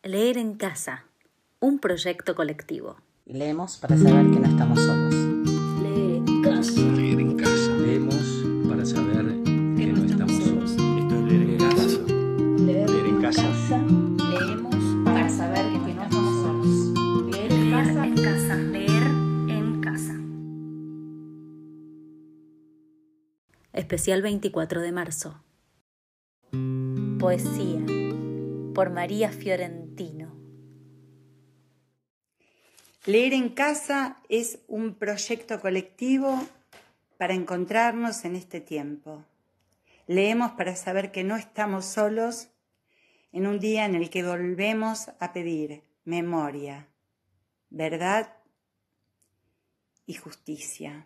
Leer en casa, un proyecto colectivo. Leemos para saber que no estamos solos. Leer en casa. Leer en casa. Leemos para saber que no estamos solos. Esto es leer en casa. Leer en casa. Leemos para saber que no estamos solos. Leer en casa. Leer en casa. Especial 24 de marzo. Poesía por María Fiorentino. Leer en casa es un proyecto colectivo para encontrarnos en este tiempo. Leemos para saber que no estamos solos en un día en el que volvemos a pedir memoria, verdad y justicia.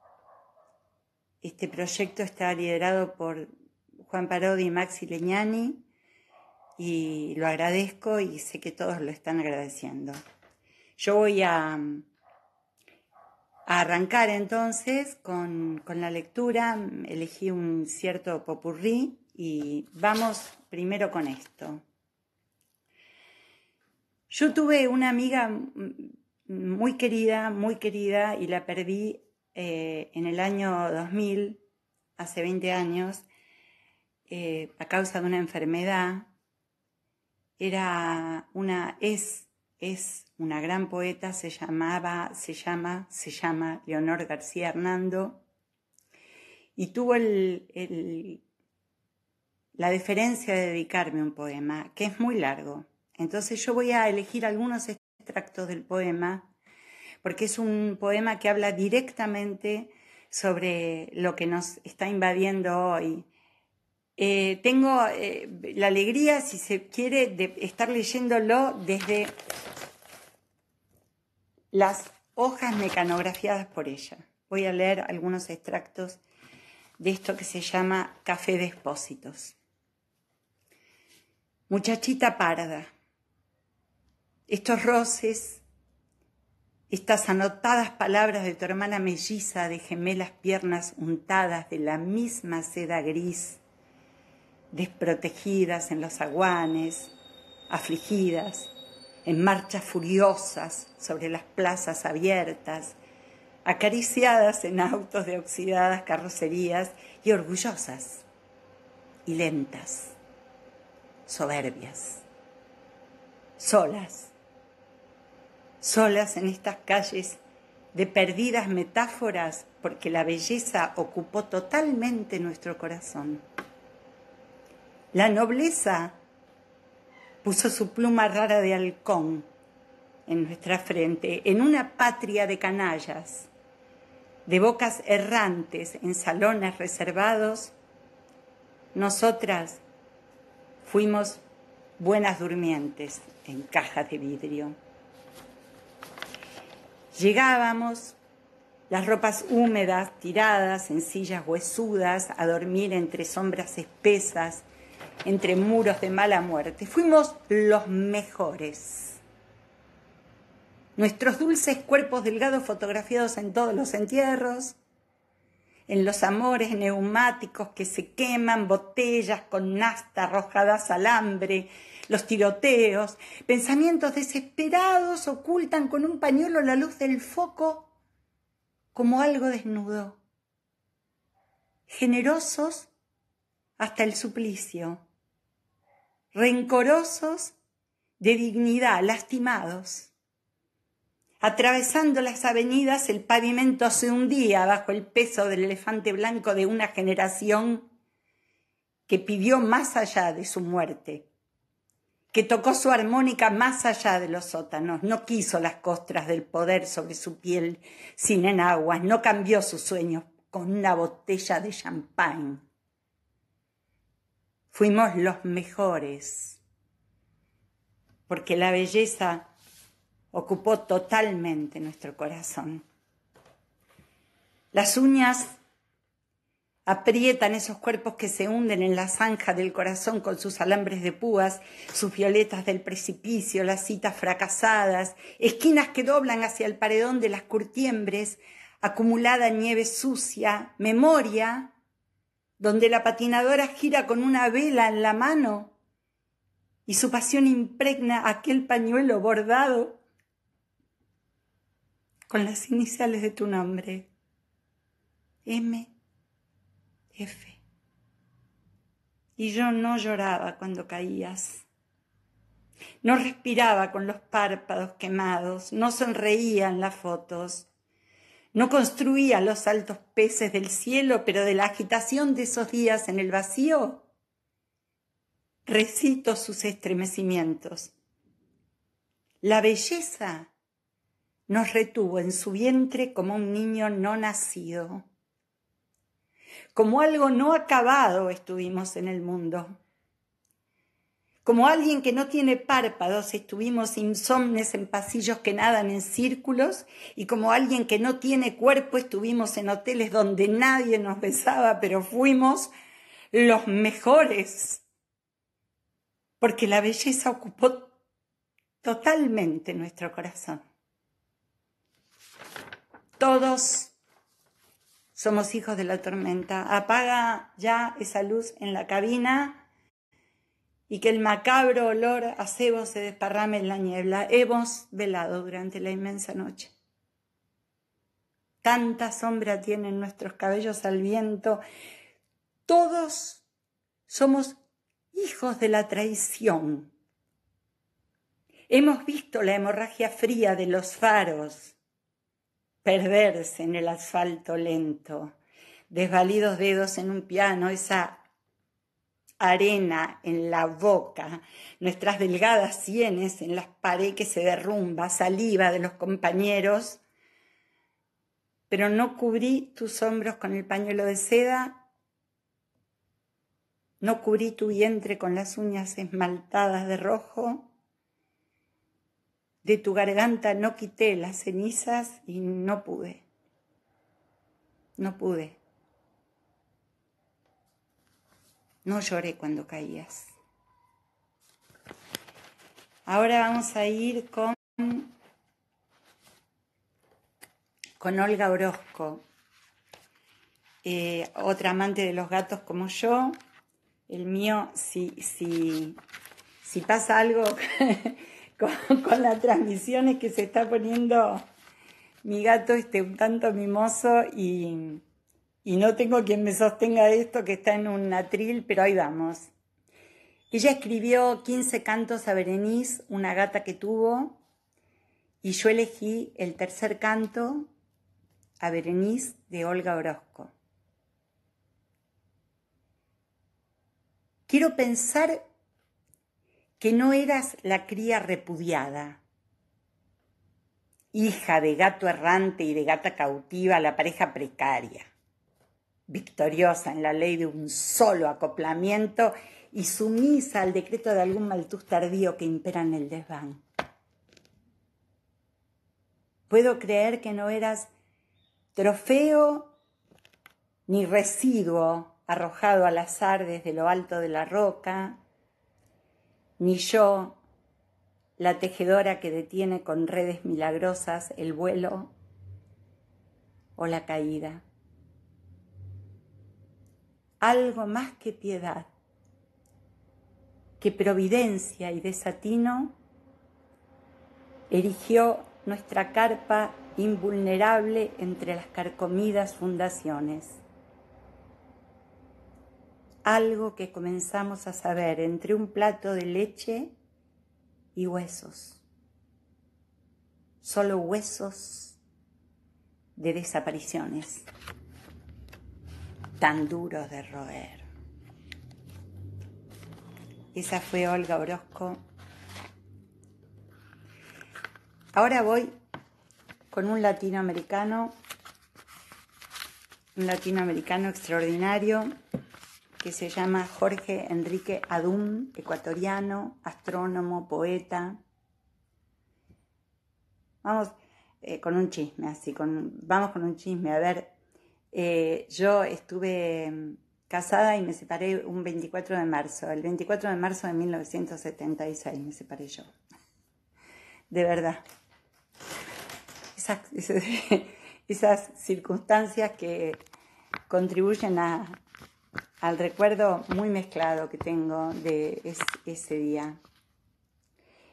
Este proyecto está liderado por Juan Parodi y Maxi Legnani y lo agradezco y sé que todos lo están agradeciendo. Yo voy a arrancar entonces con la lectura. Elegí un cierto popurrí y vamos primero con esto. Yo tuve una amiga muy querida y la perdí en el año 2000, hace 20 años, a causa de una enfermedad. Es una gran poeta, se llama Leonor García Hernando, y tuvo la deferencia de dedicarme un poema, que es muy largo. Entonces yo voy a elegir algunos extractos del poema, porque es un poema que habla directamente sobre lo que nos está invadiendo hoy. Tengo la alegría, si se quiere, de estar leyéndolo desde las hojas mecanografiadas por ella. Voy a leer algunos extractos de esto que se llama Café de Expósitos. Muchachita parda, estos roces, estas anotadas palabras de tu hermana melliza de gemelas piernas untadas de la misma seda gris, desprotegidas en los aguanes, afligidas, en marchas furiosas sobre las plazas abiertas, acariciadas en autos de oxidadas carrocerías y orgullosas y lentas, soberbias, solas en estas calles de perdidas metáforas porque la belleza ocupó totalmente nuestro corazón. La nobleza puso su pluma rara de halcón en nuestra frente, en una patria de canallas, de bocas errantes en salones reservados. Nosotras fuimos buenas durmientes en cajas de vidrio. Llegábamos, las ropas húmedas tiradas en sillas huesudas, a dormir entre sombras espesas, entre muros de mala muerte. Fuimos los mejores. Nuestros dulces cuerpos delgados fotografiados en todos los entierros, en los amores neumáticos que se queman, botellas con nafta arrojadas al hambre, los tiroteos, pensamientos desesperados ocultan con un pañuelo la luz del foco como algo desnudo. Generosos hasta el suplicio, rencorosos de dignidad, lastimados. Atravesando las avenidas, el pavimento se hundía bajo el peso del elefante blanco de una generación que pidió más allá de su muerte, que tocó su armónica más allá de los sótanos, no quiso las costras del poder sobre su piel sin enaguas, no cambió sus sueños con una botella de champán. Fuimos los mejores, porque la belleza ocupó totalmente nuestro corazón. Las uñas aprietan esos cuerpos que se hunden en la zanja del corazón con sus alambres de púas, sus violetas del precipicio, las citas fracasadas, esquinas que doblan hacia el paredón de las curtiembres, acumulada nieve sucia, memoria, donde la patinadora gira con una vela en la mano y su pasión impregna aquel pañuelo bordado con las iniciales de tu nombre, M. F. Y yo no lloraba cuando caías, no respiraba con los párpados quemados, no sonreía en las fotos, no construía los altos peces del cielo, pero de la agitación de esos días en el vacío, recito sus estremecimientos. La belleza nos retuvo en su vientre como un niño no nacido. Como algo no acabado estuvimos en el mundo. Como alguien que no tiene párpados estuvimos insomnes en pasillos que nadan en círculos, y como alguien que no tiene cuerpo estuvimos en hoteles donde nadie nos besaba, pero fuimos los mejores, porque la belleza ocupó totalmente nuestro corazón. Todos somos hijos de la tormenta. Apaga ya esa luz en la cabina y que el macabro olor a cebo se desparrame en la niebla. Hemos velado durante la inmensa noche. Tanta sombra tienen nuestros cabellos al viento. Todos somos hijos de la traición. Hemos visto la hemorragia fría de los faros perderse en el asfalto lento, desvalidos dedos en un piano, esa arena en la boca, nuestras delgadas sienes en las paredes que se derrumba, saliva de los compañeros, pero no cubrí tus hombros con el pañuelo de seda, no cubrí tu vientre con las uñas esmaltadas de rojo, de tu garganta no quité las cenizas y no pude. No lloré cuando caías. Ahora vamos a ir con Olga Orozco, otra amante de los gatos como yo. El mío, si pasa algo con la transmisión, es que se está poniendo mi gato un tanto mimoso y no tengo quien me sostenga esto, que está en un atril, pero ahí vamos. Ella escribió 15 cantos a Berenice, una gata que tuvo, y yo elegí el tercer canto, a Berenice, de Olga Orozco. Quiero pensar que no eras la cría repudiada, hija de gato errante y de gata cautiva, la pareja precaria, victoriosa en la ley de un solo acoplamiento y sumisa al decreto de algún maltus tardío que impera en el desván. Puedo creer que no eras trofeo ni residuo arrojado al azar desde lo alto de la roca, ni yo, la tejedora que detiene con redes milagrosas el vuelo o la caída. Algo más que piedad, que providencia y desatino, erigió nuestra carpa invulnerable entre las carcomidas fundaciones. Algo que comenzamos a saber entre un plato de leche y huesos. Solo huesos de desapariciones, tan duros de roer. Esa fue Olga Orozco. Ahora voy con un latinoamericano extraordinario, que se llama Jorge Enrique Adún, ecuatoriano, astrónomo, poeta. Vamos con un chisme, vamos con un chisme. A ver, yo estuve casada y me separé un 24 de marzo. El 24 de marzo de 1976 me separé yo. De verdad. Esas circunstancias que contribuyen al recuerdo muy mezclado que tengo de ese día.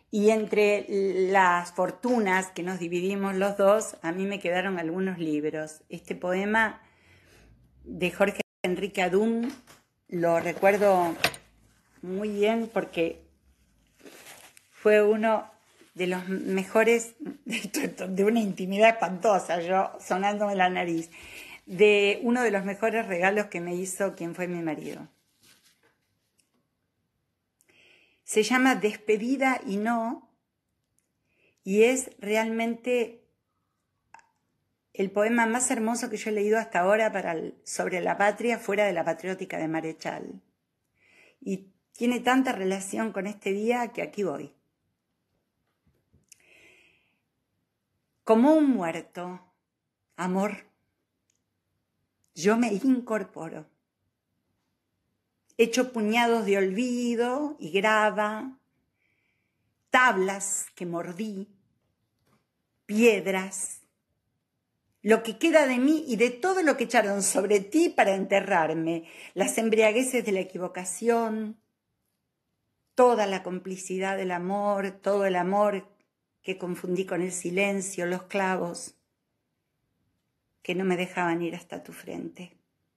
Y entre las fortunas que nos dividimos los dos, a mí me quedaron algunos libros. Este poema de Jorge Enrique Adún lo recuerdo muy bien porque fue uno de los mejores, de una intimidad espantosa, yo sonándome la nariz, de uno de los mejores regalos que me hizo quien fue mi marido. Se llama Despedida y no, y es realmente el poema más hermoso que yo he leído hasta ahora sobre la patria fuera de la patriótica de Marechal. Y tiene tanta relación con este día que aquí voy. Como un muerto, amor, yo me incorporo. Hecho puñados de olvido y grava, tablas que mordí, piedras, lo que queda de mí y de todo lo que echaron sobre ti para enterrarme, las embriagueces de la equivocación, toda la complicidad del amor, todo el amor que confundí con el silencio, los clavos que no me dejaban ir hasta tu frente.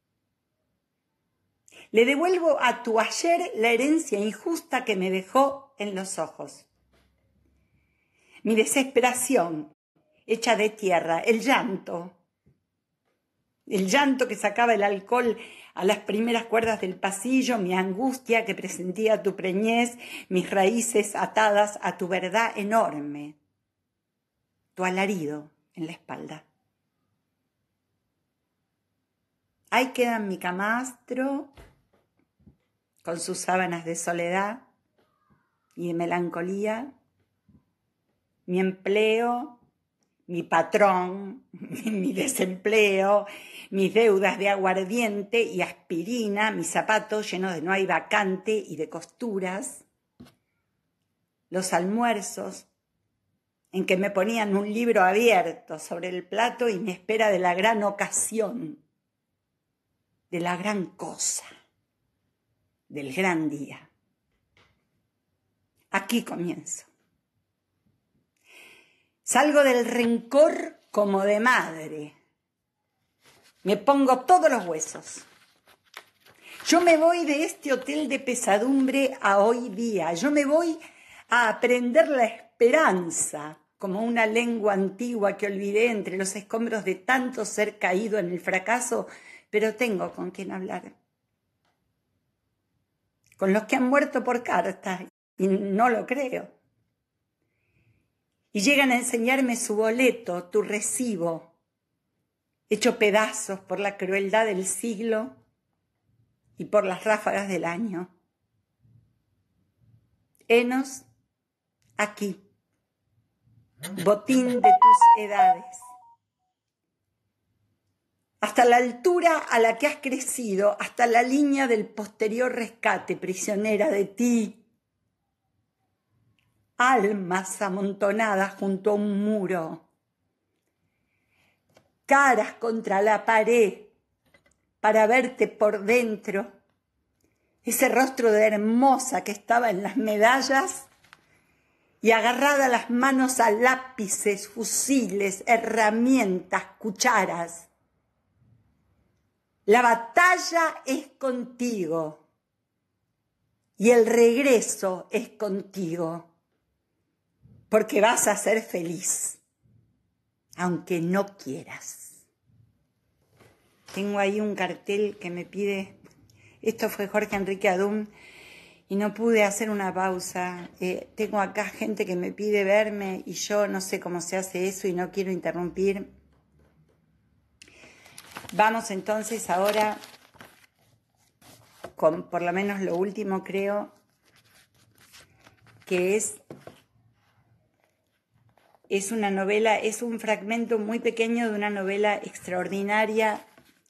Le devuelvo a tu ayer la herencia injusta que me dejó en los ojos. Mi desesperación hecha de tierra, el llanto que sacaba el alcohol a las primeras cuerdas del pasillo, mi angustia que presentía tu preñez, mis raíces atadas a tu verdad enorme, tu alarido en la espalda. Ahí queda mi camastro con sus sábanas de soledad y de melancolía, mi empleo, mi patrón, mi desempleo, mis deudas de aguardiente y aspirina, mis zapatos llenos de no hay vacante y de costuras, los almuerzos en que me ponían un libro abierto sobre el plato y me espera de la gran ocasión, de la gran cosa, del gran día. Aquí comienzo. Salgo del rencor como de madre. Me pongo todos los huesos. Yo me voy de este hotel de pesadumbre a hoy día. Yo me voy a aprender la esperanza como una lengua antigua que olvidé entre los escombros de tanto ser caído en el fracaso, pero tengo con quien hablar. Con los que han muerto por carta, y no lo creo. Y llegan a enseñarme su boleto, tu recibo, hecho pedazos por la crueldad del siglo y por las ráfagas del año. Henos, aquí, botín de tus edades. Hasta la altura a la que has crecido, hasta la línea del posterior rescate, prisionera de ti. Almas amontonadas junto a un muro, caras contra la pared para verte por dentro, ese rostro de hermosa que estaba en las medallas y agarrada las manos a lápices, fusiles, herramientas, cucharas. La batalla es contigo y el regreso es contigo. Porque vas a ser feliz, aunque no quieras. Tengo ahí un cartel que me pide, esto fue Jorge Enrique Adún, y no pude hacer una pausa. Tengo acá gente que me pide verme y yo no sé cómo se hace eso y no quiero interrumpir. Vamos entonces ahora con por lo menos lo último, creo, que es una novela, es un fragmento muy pequeño de una novela extraordinaria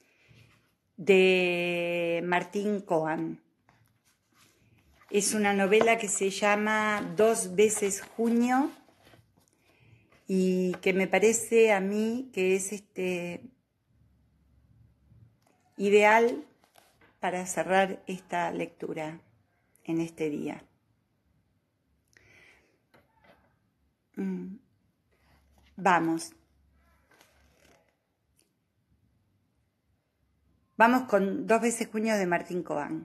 de Martín Coan. Es una novela que se llama 2 veces junio y que me parece a mí que es ideal para cerrar esta lectura en este día. Vamos con 2 veces junio de Martín Cobán.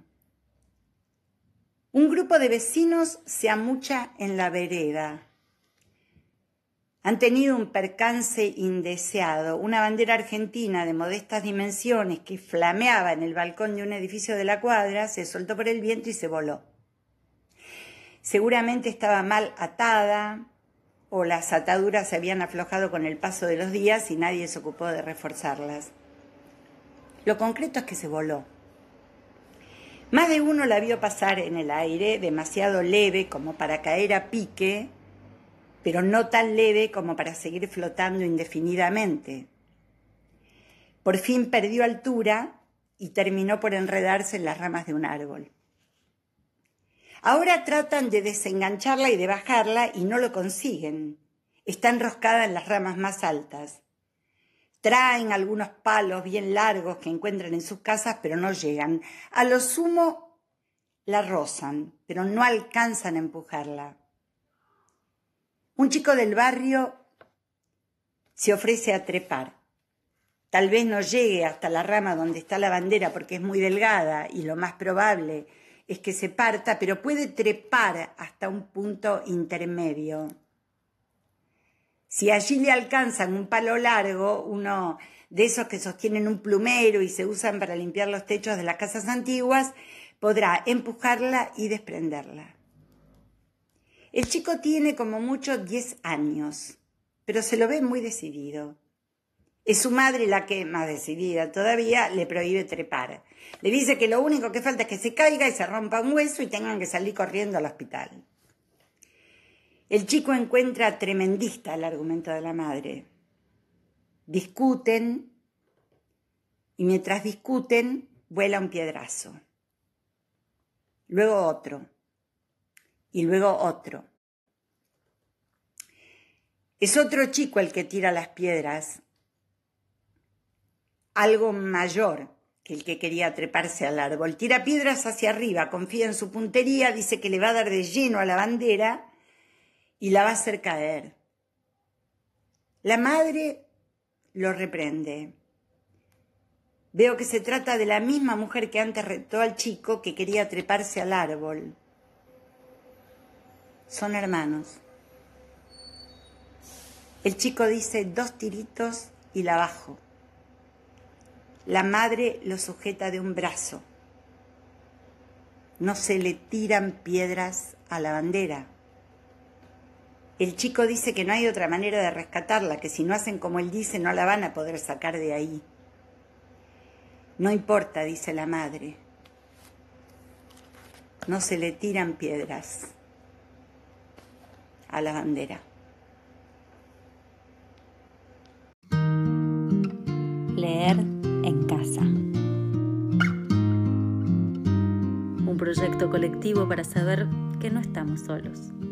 Un grupo de vecinos se amucha en la vereda. Han tenido un percance indeseado. Una bandera argentina de modestas dimensiones que flameaba en el balcón de un edificio de la cuadra se soltó por el viento y se voló. Seguramente estaba mal atada o las ataduras se habían aflojado con el paso de los días y nadie se ocupó de reforzarlas. Lo concreto es que se voló. Más de uno la vio pasar en el aire, demasiado leve como para caer a pique, pero no tan leve como para seguir flotando indefinidamente. Por fin perdió altura y terminó por enredarse en las ramas de un árbol. Ahora tratan de desengancharla y de bajarla y no lo consiguen. Está enroscada en las ramas más altas. Traen algunos palos bien largos que encuentran en sus casas, pero no llegan. A lo sumo la rozan, pero no alcanzan a empujarla. Un chico del barrio se ofrece a trepar. Tal vez no llegue hasta la rama donde está la bandera porque es muy delgada y lo más probable es que se parta, pero puede trepar hasta un punto intermedio. Si allí le alcanzan un palo largo, uno de esos que sostienen un plumero y se usan para limpiar los techos de las casas antiguas, podrá empujarla y desprenderla. El chico tiene como mucho 10 años, pero se lo ve muy decidido. Es su madre la que, más decidida todavía, le prohíbe trepar. Le dice que lo único que falta es que se caiga y se rompa un hueso y tengan que salir corriendo al hospital. El chico encuentra tremendista el argumento de la madre. Discuten y mientras discuten vuela un piedrazo. Luego otro y luego otro. Es otro chico el que tira las piedras, algo mayor que el que quería treparse al árbol. Tira piedras hacia arriba, confía en su puntería, dice que le va a dar de lleno a la bandera y la va a hacer caer. La madre lo reprende. Veo que se trata de la misma mujer que antes retó al chico que quería treparse al árbol. Son hermanos. El chico dice 2 tiritos y la bajo. La madre lo sujeta de un brazo. No se le tiran piedras a la bandera. El chico dice que no hay otra manera de rescatarla, que si no hacen como él dice no la van a poder sacar de ahí. No importa, dice la madre. No se le tiran piedras a la bandera. Leer en casa. Un proyecto colectivo para saber que no estamos solos.